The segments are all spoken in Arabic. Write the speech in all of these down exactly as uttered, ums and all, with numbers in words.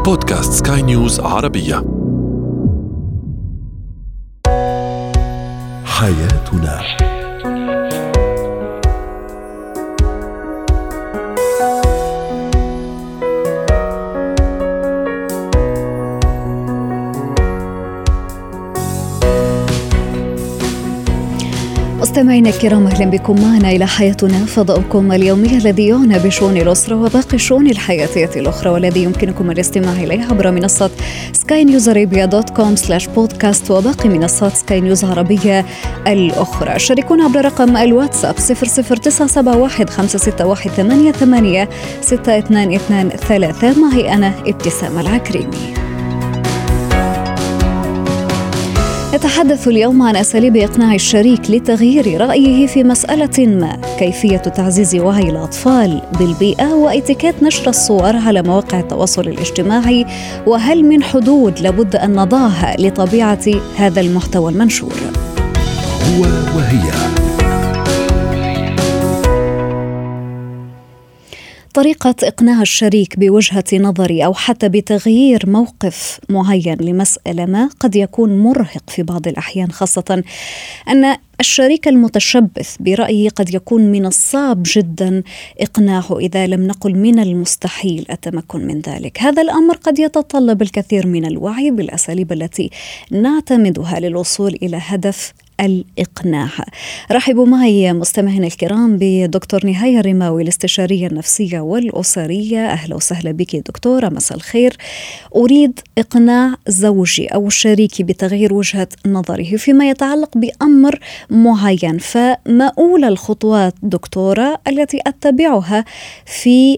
بودكاست سكاي نيوز عربية. حياتنا. مستمعينا الكرام، أهلا بكم معنا إلى حياتنا، فضاؤكم اليومي الذي يعنى بشؤون الأسرة وباقي الشؤون الحياتية الأخرى، والذي يمكنكم الاستماع إليه عبر منصة سكاي نيوز عربية دوت كوم سلاش بودكاست وباقي منصات سكاي نيوز عربية الأخرى. شاركونا عبر رقم الواتساب صفر صفر تسعة سبعة واحد خمسة ستة واحد ثمانية ثمانية ستة اثنان اثنان ثلاثة. معي أنا ابتسام العكريمي. نتحدث اليوم عن أساليب إقناع الشريك لتغيير رأيه في مسألة ما، كيفية تعزيز وعي الأطفال بالبيئة، وإتيكيت نشر الصور على مواقع التواصل الاجتماعي، وهل من حدود لابد أن نضعها لطبيعة هذا المحتوى المنشور. هو وهي. طريقة إقناع الشريك بوجهة نظري أو حتى بتغيير موقف معين لمسألة ما قد يكون مرهق في بعض الأحيان، خاصة أن الشريك المتشبث برأيه قد يكون من الصعب جدا إقناعه، إذا لم نقل من المستحيل التمكن من ذلك. هذا الأمر قد يتطلب الكثير من الوعي بالأساليب التي نعتمدها للوصول إلى هدف الإقناع. رحبوا معي مستمعينا الكرام بدكتور نهاية الرماوي، الاستشارية النفسية والأسرية. أهلا وسهلا بك دكتورة، مساء الخير. أريد إقناع زوجي أو شريكي بتغيير وجهة نظره فيما يتعلق بأمر معين، فما أولى الخطوات دكتورة التي أتبعها في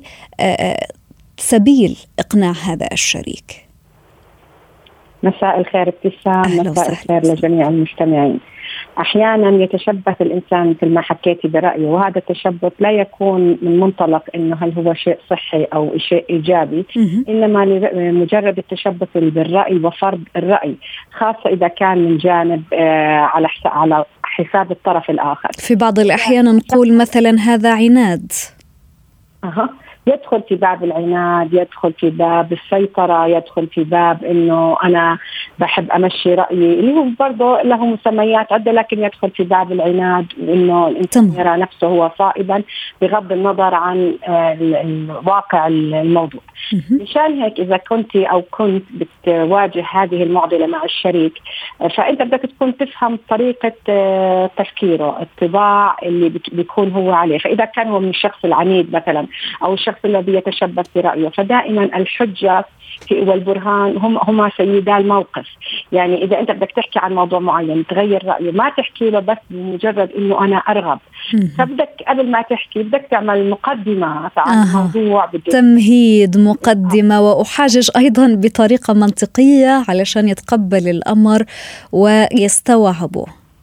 سبيل إقناع هذا الشريك؟ مساء الخير ابتسام، مساء الخير لجميع المستمعين. أحيانا يتشبث الإنسان مثل ما حكيتي برأيه، وهذا التشبث لا يكون من منطلق إنه هل هو شيء صحي أو شيء إيجابي، إنما مجرد التشبث بالرأي وفرض الرأي، خاصة إذا كان من جانب على على حساب الطرف الآخر. في بعض الأحيان نقول مثلا هذا عناد. أها يدخل في باب العناد، يدخل في باب السيطرة، يدخل في باب إنه أنا بحب أمشي رأيي، اللي هو برضه له مسميات عدة، لكن يدخل في باب العناد، وإنه الإنسان يرى نفسه هو صائبا بغض النظر عن الواقع الموضوع. مشان هيك إذا كنت أو كنت بتواجه هذه المعضلة مع الشريك، فأنت بدك تكون تفهم طريقة تفكيره، الطباع اللي بيكون هو عليه. فإذا كان هو من الشخص العنيد مثلا أو الشخص الذي يتشبث برأيه، فدائما الحجة والبرهان هم هما سيدا الموقف. يعني إذا أنت بدك تحكي عن موضوع معين تغير رأيه، ما تحكي له بس بمجرد إنه أنا أرغب، فبدك قبل ما تحكي بدك تعمل مقدمة عن الموضوع، تمهيد، مقدمة، وأحاجج أيضا بطريقة منطقية علشان يتقبل الأمر ويستوعبه.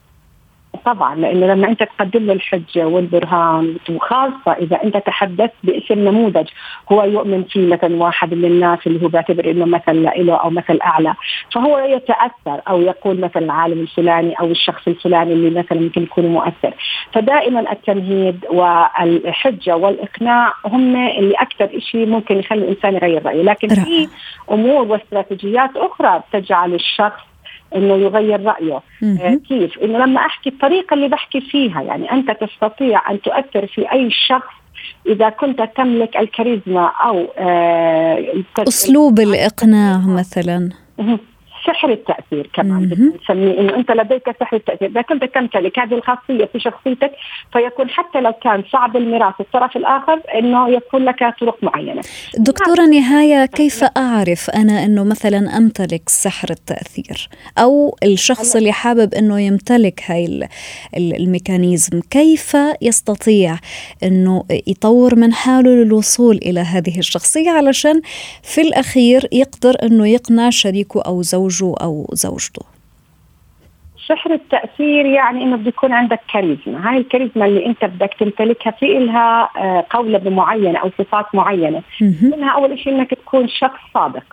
طبعا، لأنه لما أنت تقدم له الحجة والبرهان، وخاصة إذا أنت تحدثت باسم نموذج هو يؤمن فيه، مثلا واحد من الناس اللي هو بيعتبر إنه مثل له أو مثل أعلى، فهو يتأثر أو يقول مثلا العالم الفلاني أو الشخص الفلاني اللي مثلا ممكن يكون مؤثر. فدائما التمهيد والحجة والإقناع هم اللي أكثر إشي ممكن يخلي الإنسان يغير رأيه. لكن في أمور واستراتيجيات أخرى تجعل الشخص إنه يغير رأيه. آه كيف؟ إنه لما أحكي الطريقة اللي بحكي فيها، يعني أنت تستطيع أن تؤثر في أي شخص إذا كنت تملك الكاريزما أو آه أسلوب الإقناع مثلا. سحر التأثير كمان بنسميه، إنه أنت لديك سحر التأثير. إذا كنت تمتلك هذه الخاصية في شخصيتك، فيكون حتى لو كان صعب الميراث الطرف الآخر إنه يكون لك طرق معينة. دكتورة نهاية، كيف أعرف أنا إنه مثلا أمتلك سحر التأثير، أو الشخص اللي حابب إنه يمتلك هاي الميكانيزم، كيف يستطيع إنه يطور من حاله للوصول إلى هذه الشخصية علشان في الأخير يقدر إنه يقنع شريكه أو زوجه أو زوجته؟ سحر التأثير يعني إنه بده يكون عندك كاريزما. هاي الكاريزما اللي أنت بدك تمتلكها في إلها قولة معينة أو صفات معينة. منها أول شيء إنك تكون شخص صادق،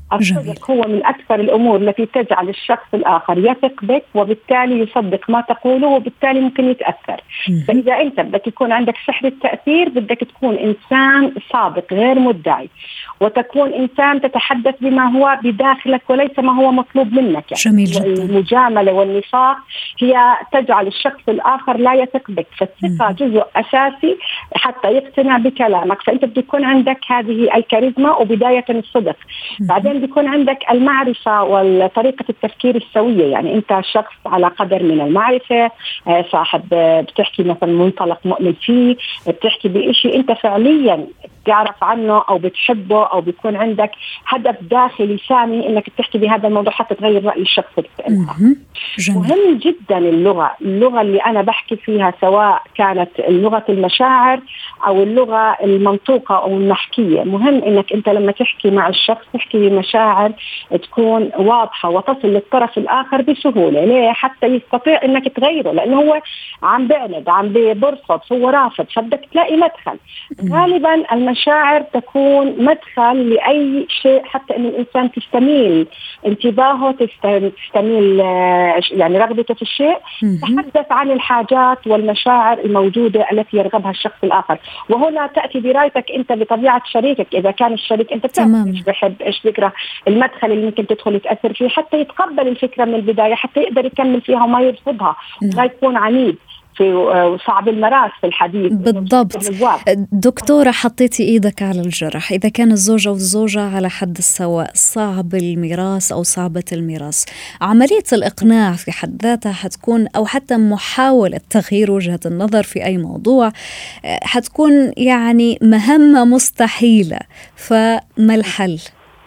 الصدق هو من أكثر الأمور التي تجعل الشخص الآخر يثق بك، وبالتالي يصدق ما تقوله، وبالتالي ممكن يتأثر. فإذا أنت بدك يكون عندك سحر التأثير، بدك تكون إنسان صادق غير مدعي، وتكون إنسان تتحدث بما هو بداخلك وليس ما هو مطلوب منك. جميل جدا. المجاملة والنفاق هي تجعل الشخص الآخر لا يثق بك، فالثقة جزء أساسي حتى يقتنع بكلامك. فأنت بدك يكون عندك هذه الكاريزما وبداية الصدق. بعدين بيكون عندك المعرفة وطريقة التفكير السوية، يعني أنت شخص على قدر من المعرفة، صاحب بتحكي مثلا منطلق مؤمن فيه، بتحكي بإشي أنت فعليا تعرف عنه أو بتحبه، أو بيكون عندك هدف داخلي سامي إنك تحكي بهذا الموضوع حتى تغير رأي الشخص. مهم جدا اللغة اللغة اللي أنا بحكي فيها، سواء كانت اللغة المشاعر أو اللغة المنطوقة أو المحكية. مهم إنك أنت لما تحكي مع الشخص تحكي بمشاعر تكون واضحة وتصل للطرف الآخر بسهولة. ليه؟ حتى يستطيع إنك تغيره، لأنه هو عم بعند، عم برفض، هو رافض، فبدك تلاقي مدخل. غالبا المشاعر تكون مدخل لأي شيء، حتى إن الإنسان تستميل انتباهه، تستميل يعني رغبته في الشيء. تحدث عن الحاجات والمشاعر الموجودة التي يرغبها الشخص الآخر. وهنا تأتي درايتك أنت بطبيعة شريكك، إذا كان الشريك أنت تعرف إيش بحب إيش بكره، المدخل اللي ممكن تدخل يتأثر فيه حتى يتقبل الفكرة من البداية، حتى يقدر يكمل فيها وما يرفضها، لا يكون عنيد في صعب المراس في الحديث. بالضبط. دكتورة، حطيتي إيدك على الجرح. إذا كان الزوجة والزوجة على حد السواء، صعب الميراث أو صعبة الميراث، عملية الإقناع في حد ذاتها حتكون، أو حتى محاولة تغيير وجهة النظر في أي موضوع، حتكون يعني مهمة مستحيلة. فما الحل؟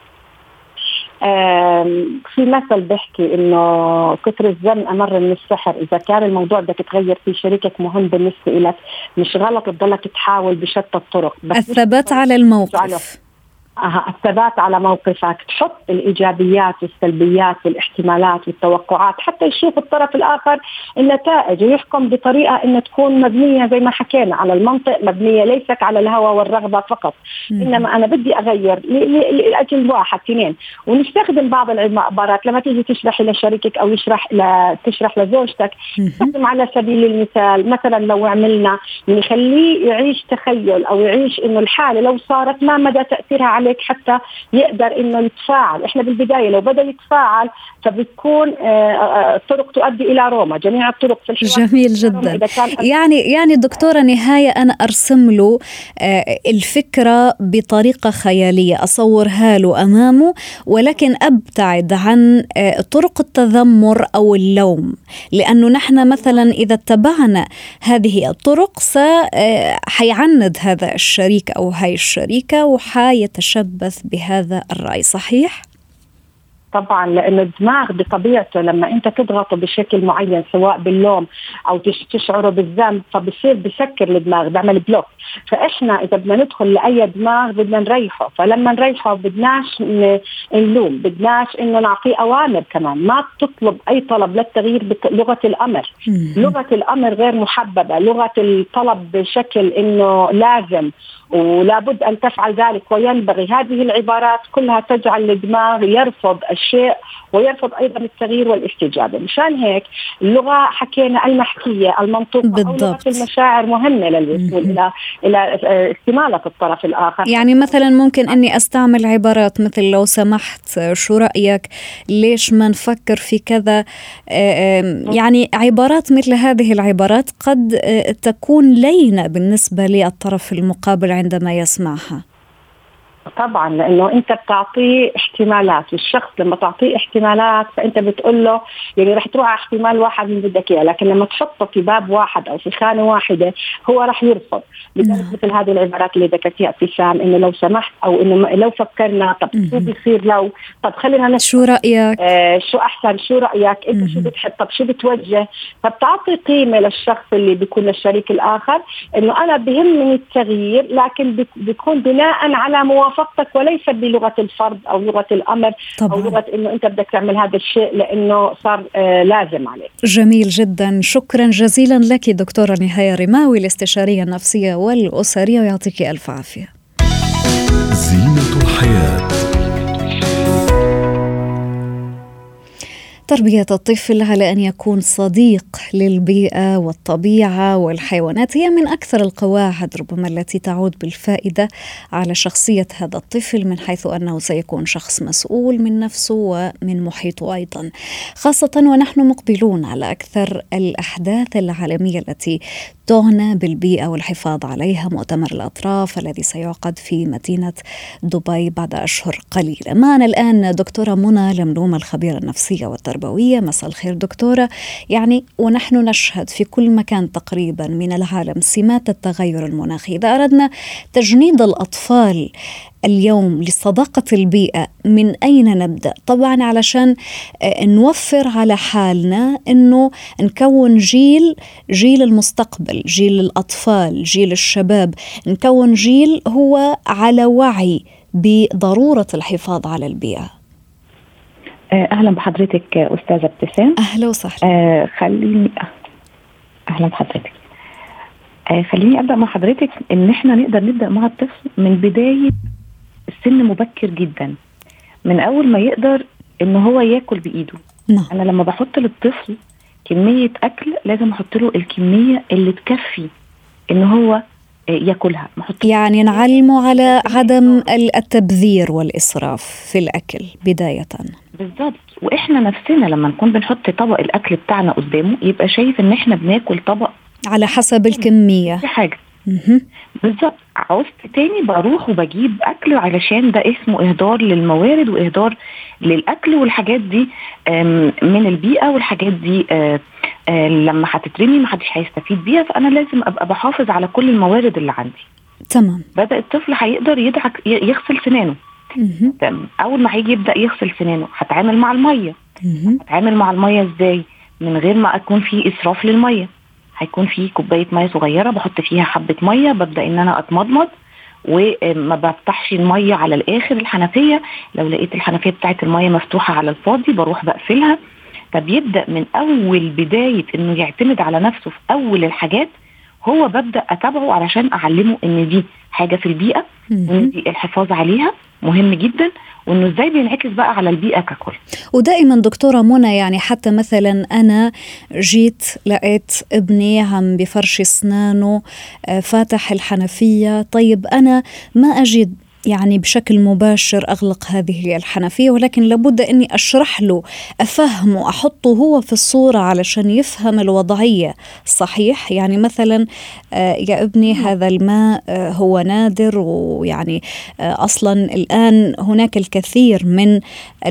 في مثل بحكي إنه كتر الزن أمر من السحر. إذا كان الموضوع بدك تغير في شريكك مهم بالنسبة لك، مش غلط تضلك تحاول بشتى الطرق، بس الثبات على الموقف. أها الثبات على موقفك، تحط الإيجابيات والسلبيات والاحتمالات والتوقعات حتى يشوف الطرف الآخر النتائج، ويحكم بطريقة إن تكون مبنية زي ما حكينا على المنطق، مبنية ليست على الهوى والرغبة فقط. مم. إنما أنا بدي أغير لأجل واحد اثنين. ونستخدم بعض العبارات لما تيجي تشرح لشريكك أو يشرح ل... تشرح لزوجتك. نستخدم على سبيل المثال مثلا لو عملنا نخليه يعيش تخيل أو يعيش إنه الحالة لو صارت ما مدى تأثيرها عليه حتى يقدر إنه يتفاعل. إحنا بالبداية لو بدأ يتفاعل فبتكون الطرق تؤدي إلى روما، جميع الطرق في الحوار. جميل جدا. يعني يعني دكتورة نهاية، أنا أرسم له الفكرة بطريقة خيالية، أصورها له أمامه، ولكن أبتعد عن طرق التذمر أو اللوم، لأنه نحن مثلا إذا اتبعنا هذه الطرق سيعند هذا الشريك أو هاي الشريكة وحيتشبث بهذا الرأي. صحيح؟ طبعا، لأن الدماغ بطبيعته لما أنت تضغطه بشكل معين سواء باللوم أو تشعره بالذنب فبصير بسكر الدماغ، بيعمل بلوك. فإحنا إذا بدنا ندخل لأي دماغ بدنا نريحه، فلما نريحه بدناش نلوم، بدناش إنه نعطيه أوامر. كمان ما تطلب أي طلب للتغيير بلغة الأمر. لغة الأمر غير محببة، لغة الطلب بشكل إنه لازم ولابد أن تفعل ذلك وينبغي. هذه العبارات كلها تجعل الدماغ يرفض الشيء ويرفض أيضا التغيير والاستجابة. مشان هيك اللغة حكينا المحكية المنطوقة أو لغة المشاعر مهمة للوصول إلى إلى استمالة الطرف الآخر. يعني مثلا ممكن أني أستعمل عبارات مثل لو سمحت، شو رأيك، ليش ما نفكر في كذا. يعني عبارات مثل هذه العبارات قد تكون لينة بالنسبة للطرف المقابل عندما يسمعها. طبعا، لأنه أنت بتعطيه احتمالات، والشخص لما تعطيه احتمالات فأنت بتقول له يعني رح تروح على احتمال واحد من بدك إياه، لكن لما تحطه في باب واحد أو في خانة واحدة هو رح يرفض. لذلك مثل هذه العبارات اللي ذكرتيها ابتسام، إنه لو سمحت، أو إنه لو فكرنا، طب شو بيصير لو، طب خلينا نسمع، شو رأيك، آه شو أحسن، شو رأيك أنت، شو بتحب، طب شو بتوجه. فبتعطي قيمة للشخص اللي بيكون الشريك الآخر، إنه أنا بهمني التغيير لكن بيكون بناء على موافقتك وليس بلغة الفرض أو لغة الأمر طبعا. أو لغة إنه أنت بدك تعمل هذا الشيء لأنه صار آه لازم عليك. جميل جدا، شكرا جزيلا لك دكتورة نهاية رماوي، الاستشارية النفسية والأسرية، ويعطيك ألف عافية. زينة الحياة. تربية الطفل على أن يكون صديق للبيئة والطبيعة والحيوانات هي من أكثر القواعد ربما التي تعود بالفائدة على شخصية هذا الطفل، من حيث أنه سيكون شخص مسؤول من نفسه ومن محيطه أيضا، خاصة ونحن مقبلون على أكثر الأحداث العالمية التي تعنى بالبيئة والحفاظ عليها، مؤتمر الأطراف الذي سيعقد في مدينة دبي بعد أشهر قليلة. معنا الآن دكتورة منى لملوم، الخبيرة النفسية والتربوية. مساء الخير دكتورة. يعني ونحن نشهد في كل مكان تقريبا من العالم سمات التغير المناخي، إذا أردنا تجنيد الأطفال اليوم لصداقة البيئة من أين نبدأ؟ طبعا علشان نوفر على حالنا أنه نكون جيل جيل المستقبل، جيل الأطفال، جيل الشباب، نكون جيل هو على وعي بضرورة الحفاظ على البيئة. أهلا بحضرتك أستاذة ابتسام. أهلا وسهلا. آه خليني أهلا بحضرتك. آه خليني أبدأ مع حضرتك إن إحنا نقدر نبدأ مع الطفل من بداية السن مبكر جدا، من أول ما يقدر إن هو يأكل بإيده. نعم. أنا لما بحط للطفل كمية أكل لازم أحط له الكمية اللي تكفي إن هو يأكلها. يعني نعلمه على عدم التبذير والإسراف في الأكل بداية. بالضبط. وإحنا نفسنا لما نكون بنحط طبق الأكل بتاعنا قدامه يبقى شايف إن إحنا بناكل طبق على حسب الكمية. في حاجة. بالضبط. عوزت تاني بروح وبجيب أكل علشان ده اسمه إهدار للموارد وإهدار للأكل، والحاجات دي من البيئة، والحاجات دي لما هتترمي محدش هيستفيد بيها، فأنا لازم أبقى بحافظ على كل الموارد اللي عندي. تمام. بدأ الطفل هيقدر يدعك يغسل سنانه. أول ما هيجي يبدأ يغسل سنانه هتعامل مع المية. هتعامل مع المية إزاي؟ من غير ما أكون في إسراف للمية. هيكون في كوباية مية صغيرة بحط فيها حبة مية، ببدأ إن أنا أتمضمض وما بفتحش المية على الآخر الحنفية. لو لقيت الحنفية بتاعت المية مفتوحة على الفاضي بروح بقفلها. فبيبدأ من أول بداية إنه يعتمد على نفسه في أول الحاجات، هو ببدأ أتابعه علشان أعلمه إن دي حاجة في البيئة، وإن دي الحفاظ عليها مهم جدا، وإنه إزاي بينعكس بقى على البيئة ككل. ودائما دكتورة منى، يعني حتى مثلا أنا جيت لقيت ابني عم بفرش أسنانه فاتح الحنفية، طيب أنا ما أجد يعني بشكل مباشر أغلق هذه الحنفية، ولكن لابد أني أشرح له، أفهمه، أحطه هو في الصورة علشان يفهم الوضعية. صحيح؟ يعني مثلا يا ابني هذا الماء هو نادر، ويعني أصلا الآن هناك الكثير من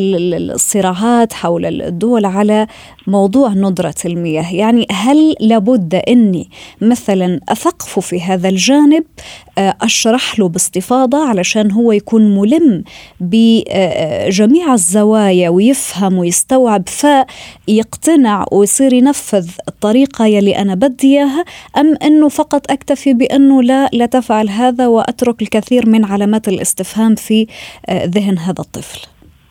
الصراعات حول الدول على موضوع ندرة المياه. يعني هل لابد أني مثلا أثقفه في هذا الجانب، أشرح له باستفاضة علشان هو يكون ملم بجميع الزوايا ويفهم ويستوعب فيقتنع ويصير ينفذ الطريقة يلي أنا بدي إياها، أم أنه فقط أكتفي بأنه لا لا تفعل هذا وأترك الكثير من علامات الاستفهام في ذهن هذا الطفل؟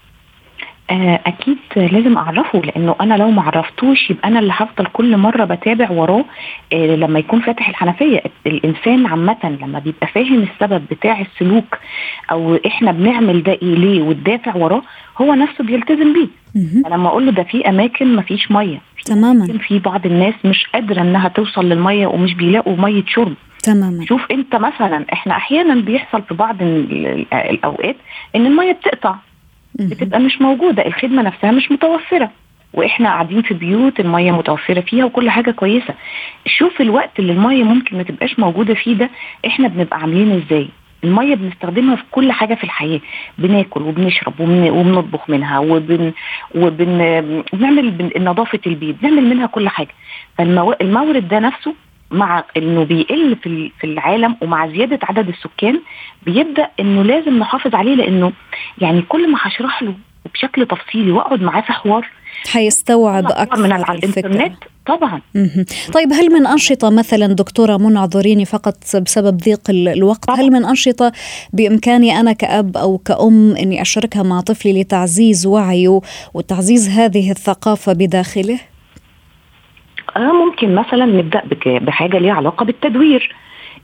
أكيد لازم أعرفه، لأنه أنا لو ما عرفتوش يبقى أنا اللي هفضل كل مرة بتابع وراه. لما يكون فاتح الحنفية، الإنسان عامة لما بيبقى فاهم السبب بتاع السلوك أو إحنا بنعمل ده إيه ليه والدافع وراه، هو نفسه بيلتزم بيه. لما أقول له ده في أماكن ما فيش مية، تماما، في بعض الناس مش قادرة إنها توصل للمية ومش بيلاقوا مية شرب. تماما. شوف أنت مثلا، إحنا أحيانا بيحصل في بعض الأوقات إن المية بتقطع، بتبقى مش موجودة، الخدمة نفسها مش متوفرة، وإحنا قاعدين في بيوت المية متوفرة فيها وكل حاجة كويسة. شوف الوقت اللي المية ممكن ما تبقاش موجودة فيه ده إحنا بنبقى عاملين إزاي. المية بنستخدمها في كل حاجة في الحياة، بناكل وبنشرب وبن... وبنطبخ منها وبن... وبن... وبنعمل نظافة البيت، بنعمل منها كل حاجة. فالمورد ده نفسه مع انه بيقل في في العالم ومع زياده عدد السكان بيبدا انه لازم نحافظ عليه، لانه يعني كل ما هشرح له بشكل تفصيلي واقعد معاه في حوار حيستوعب اكثر من على الانترنت طبعا. مم. طيب هل من انشطه مثلا دكتوره منى، اعذريني فقط بسبب ضيق الوقت، طبعا. هل من انشطه بامكاني انا كأب او كأم اني اشاركها مع طفلي لتعزيز وعيه وتعزيز هذه الثقافه بداخله؟ آه ممكن مثلا نبدأ بحاجة ليها علاقة بالتدوير.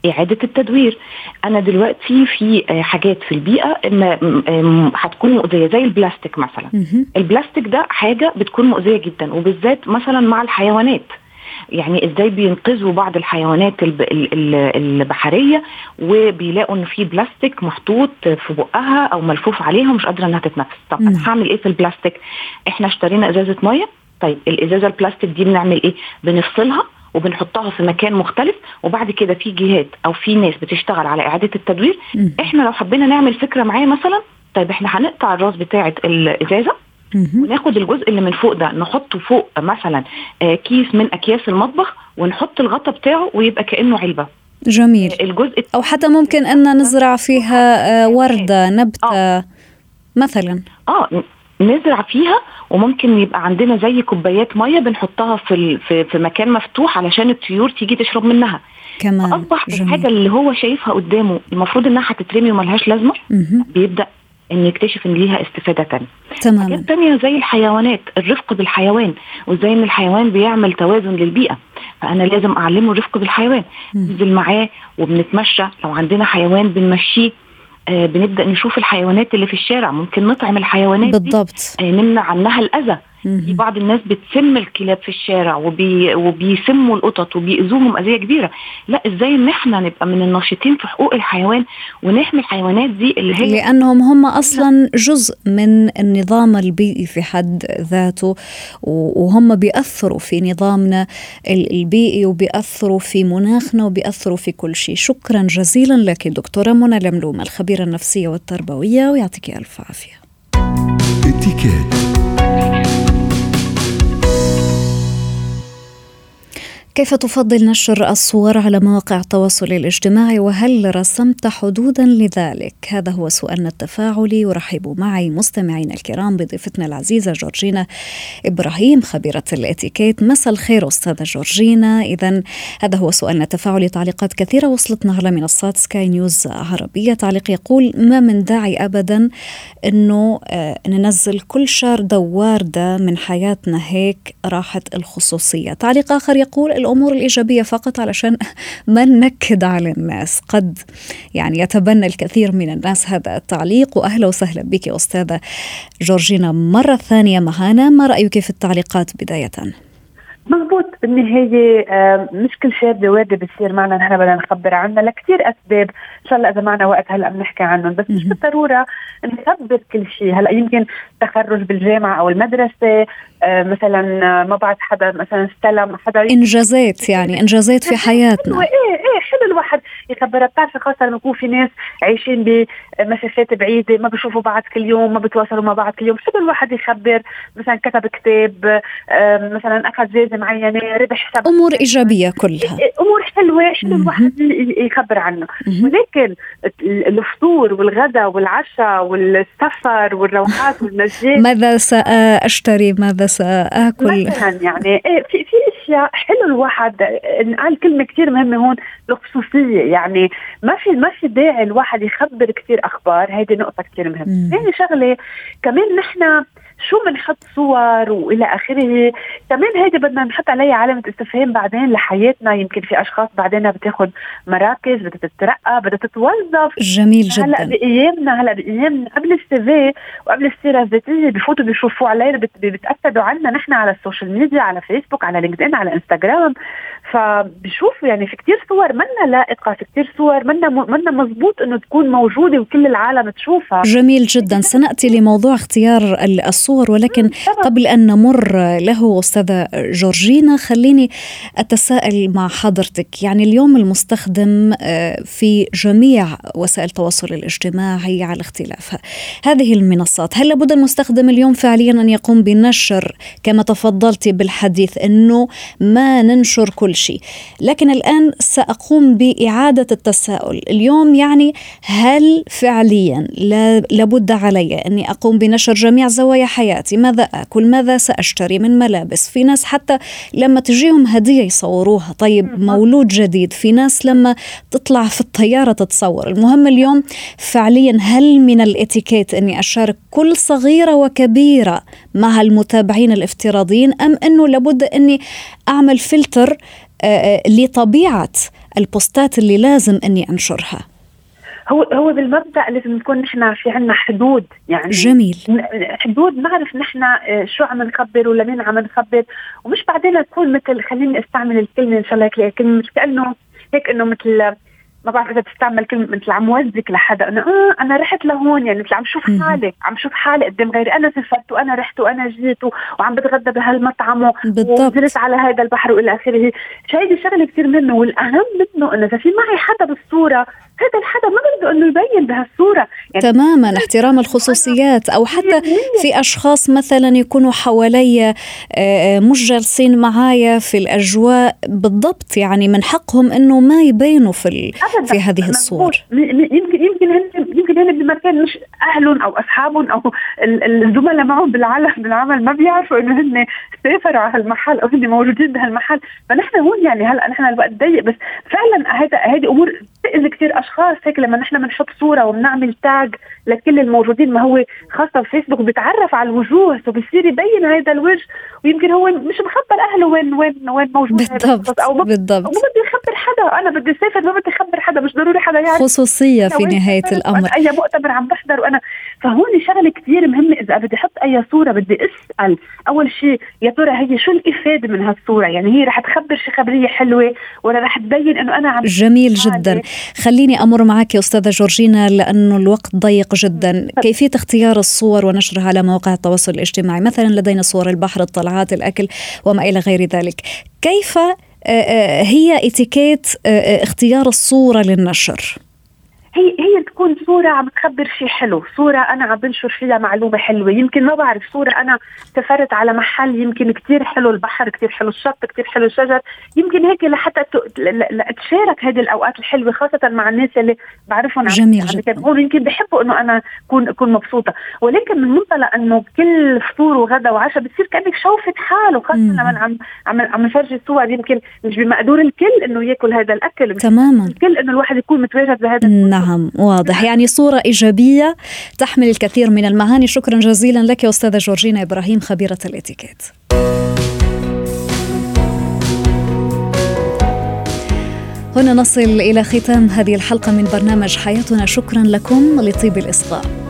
إعادة التدوير. أنا دلوقتي في حاجات في البيئة هتكون مؤذية زي البلاستيك مثلا. البلاستيك ده حاجة بتكون مؤذية جدا، وبالذات مثلا مع الحيوانات. يعني ازاي بينقذوا بعض الحيوانات البحرية وبيلاقوا ان في بلاستيك محطوط في بقها او ملفوف عليها ومش قادرة انها تتنفس. طب انا هعمل ايه في البلاستيك؟ احنا اشترينا ازازة مية، طيب الازازة البلاستيك دي بنعمل ايه؟ بنفصلها وبنحطها في مكان مختلف، وبعد كده في جهات او في ناس بتشتغل على اعادة التدوير. احنا لو حبينا نعمل فكرة معايا مثلا، طيب احنا هنقطع الراس بتاعة الازازة وناخد الجزء اللي من فوق ده نحطه فوق مثلا كيس من اكياس المطبخ، ونحط الغطا بتاعه ويبقى كأنه علبة. جميل. الجزء او حتى ممكن ان نزرع فيها وردة، نبتة آه. مثلا اه نزرع فيها، وممكن يبقى عندنا زي كوبايات مية بنحطها في في, في مكان مفتوح علشان الطيور تيجي تشرب منها كمان. اصبح الحاجة اللي هو شايفها قدامه المفروض انها هتترمي وملهاش لازمة، بيبدأ ان يكتشف ان ليها استفادة تانية. تماما. حاجات تانية زي الحيوانات، الرفق بالحيوان، وازاي ان الحيوان بيعمل توازن للبيئة، فانا لازم اعلمه الرفق بالحيوان. ننزل معاه وبنتمشى، لو عندنا حيوان بنمشيه. آه بنبدأ نشوف الحيوانات اللي في الشارع، ممكن نطعم الحيوانات بالضبط. دي، آه نمنع عنها الأذى. في بعض الناس بتسم الكلاب في الشارع وبي وبيسموا القطط وبيأذوهم أذية كبيرة. لا، ازاي ان احنا نبقى من الناشطين في حقوق الحيوان ونحمي الحيوانات دي اللي هي لأنهم هم أصلا جزء من النظام البيئي في حد ذاته، وهم بيأثروا في نظامنا البيئي وبيأثروا في مناخنا وبيأثروا في كل شيء. شكرا جزيلا لك دكتورة منى لملومة، الخبيرة النفسية والتربوية، ويعطيك ألف عافية. كيف تفضل نشر الصور على مواقع التواصل الاجتماعي، وهل رسمت حدودا لذلك؟ هذا هو سؤالنا التفاعلي، ورحبوا معي مستمعينا الكرام بضيفتنا العزيزة جورجينا إبراهيم، خبيرة الاتيكيت. مساء الخير أستاذة جورجينا. إذن هذا هو سؤالنا التفاعلي. تعليقات كثيرة وصلتنا على منصات سكاي نيوز عربية. تعليق يقول: ما من داعي أبدا أنه آه ننزل كل شاردة وواردة من حياتنا، هيك راحت الخصوصية. تعليق آخر يقول: الأمور الإيجابية فقط علشان ما ننكد على الناس. قد يعني يتبنى الكثير من الناس هذا التعليق. وأهلا وسهلا بك أستاذة جورجينا مرة ثانية معنا. ما رأيك في التعليقات بداية؟ مضبوط، بالنهاية مش كل شيء واردة بتصير معنا نحن بدنا نخبر عنها لكثير أسباب. إن شاء الله إذا معنا وقت هلأ بنحكي عنهم، بس مش بالضرورة نخبر كل شيء. هلأ يمكن تخرج بالجامعة أو المدرسة، مثلا ما بعد حدا مثلا استلم حدا إنجازات، يعني إنجازات في حياتنا. إيه إيه حلو الواحد يخبرها. بتعرف خاصة لما يكون في ناس عايشين بمسافات بعيدة، ما بيشوفوا بعض كل يوم، ما بتواصلوا مع بعض كل يوم، حلو الواحد يخبر. مثلا كتب كتاب، مثلا أخذ جائزة معينة، ربح حساب، أمور إيجابية كلها، أمور حلوة، حلو الواحد يخبر عنه. ولكن الفطور والغداء والعشاء والسفر والروحات والنجاة، ماذا سأشتري، ماذا سأكل مثلا، يعني في في اشياء حلو الواحد نقال كلمه كثير مهمه هون، الخصوصيه. يعني ما في ما في داعي الواحد يخبر كثير اخبار، هيدي نقطه كثير مهمه. ثاني شغله كمان، نحن شو بنحط صور والى اخره، كمان هيدي بدنا نحط عليها علامه استفهام بعدين لحياتنا. يمكن في اشخاص بعدين بتاخذ مراكز، بدها تترقى، بدها تتوظف. جميل جدا. هلا بايامنا هلا بايامنا قبل السي في وقبل السيره الذاتيه بفوتوا بيشوفوا علينا، بتاكدوا عنا نحن على السوشيال ميديا، على فيسبوك، على لينكدين، على انستغرام، فبشوفوا يعني في كتير صور منا لائقه، في كتير صور منا منا مزبوط انه تكون موجوده وكل العالم تشوفها. جميل جدا. سناتي لموضوع اختيار الصور، ولكن قبل ان نمر له استاذه جورجينا، خليني اتساءل مع حضرتك. يعني اليوم المستخدم في جميع وسائل التواصل الاجتماعي على اختلافها هذه المنصات، هل لابد المستخدم اليوم فعليا ان يقوم بنشر، كما تفضلتي بالحديث انه ما ننشر كل شيء، لكن الآن سأقوم بإعادة التساؤل اليوم. يعني هل فعليا لابد علي أني أقوم بنشر جميع زوايا حياتي؟ ماذا أكل، ماذا سأشتري من ملابس؟ في ناس حتى لما تجيهم هدية يصوروها. طيب مولود جديد، في ناس لما تطلع في الطيارة تتصور. المهم اليوم فعليا هل من الاتيكيت أني أشارك كل صغيرة وكبيرة مع المتابعين الافتراضيين، أم أنه لابد أني أعمل فلتر لطبيعة البوستات اللي لازم أني أنشرها؟ هو هو بالمبدأ لازم نكون نحن في عنا حدود، يعني جميل، حدود نعرف نحن شو عم نخبر ولا مين عم نخبر، ومش بعدين نكون مثل، خليني استعمل الكلمة إن شاء الله هيك كلمة، مش كأنه هيك إنه مثل، ما بعرف إذا تستعمل كلمة مثل عم وزك لحدا أنا آه أنا رحت لهون، يعني مثل عم شوف حالي عم شوف حالي قدام غيري، أنا سافرت وأنا رحت وأنا جيت وعم بتغدى بهالمطعم ونزلت على هذا البحر وإلى آخره. هيدي شغلة كثير منه، والأهم منه إنه إذا في معي حدا بالصورة، هذا الحدا ما بده إنه يبين بهالصورة، يعني تماما احترام الخصوصيات. أو حتى في أشخاص مثلا يكونوا حوالي مش جالسين معايا في الأجواء بالضبط، يعني من حقهم إنه ما يبينوا في في هذه الصور. يمكن يمكن هن يمكن هن بمكان مش أهلهم أو أصحابهم أو الزملاء معهم بالعالم بالعمل ما بيعرفوا إنه هن سافروا على هالمحل أو هن موجودين بهالمحل. فنحن هون يعني هلا نحن الوقت ضيق، بس فعلا هذا هذه أمور تأذي كثير أشخاص. هيك لما نحن بنحط صورة وبنعمل تاج لكل الموجودين، ما هو خاصة فيسبوك بيتعرف على الوجوه، فبصير يبين هذا الوجه، ويمكن هو مش مخبر أهله وين وين وين موجود بالضبط. أو ما بالضبط. بدي يخبر حدا، أنا بدي أسافر ما بدي أخبر حدا، مش ضروري حدا يعني خصوصية في نهاية الأمر. أي مؤتمر عم بحضر وأنا، فهون شغلة كتير مهمة. إذا بدي أحط أي صورة بدي أسأل أول شيء يا ترى هي شو الإفادة من هالصورة، يعني هي رح تخبر شي خبرية حلوة ولا رح تبين إنه أنا عم. جميل جدا. خليني أمر معك يا أستاذة جورجينا لأنه الوقت ضيق جدا. كيفية اختيار الصور ونشرها على مواقع التواصل الاجتماعي؟ مثلا لدينا صور البحر، الطلعات، الأكل وما إلى غير ذلك. كيف هي اتيكيت اختيار الصورة للنشر؟ هي هي تكون صورة عم تخبر شيء حلو، صورة أنا عم بنشر فيها معلومة حلوة. يمكن ما بعرف، صورة أنا سافرت على محل يمكن كتير حلو البحر، كتير حلو الشط، كتير حلو الشجر، يمكن هيك لحتى تشارك هذه الأوقات الحلوة خاصة مع الناس اللي بعرفهم. جميل جدا. يمكن بحبوا إنه أنا أكون أكون مبسوطة، ولكن من منطلق إنه كل فطور وغدا وعشاء بتصير كأنك شوفت حاله، خاصة لما عم عم عم نفرجي الصور. يمكن مش بمقدور الكل إنه يأكل هذا الأكل، تماما الكل إنه الواحد يكون متواجد بهذا. نعم واضح، يعني صورة إيجابية تحمل الكثير من المعاني. شكرا جزيلا لك يا أستاذة جورجينا إبراهيم، خبيرة الاتيكيت. هنا نصل إلى ختام هذه الحلقة من برنامج حياتنا. شكرا لكم لطيب الإصغاء.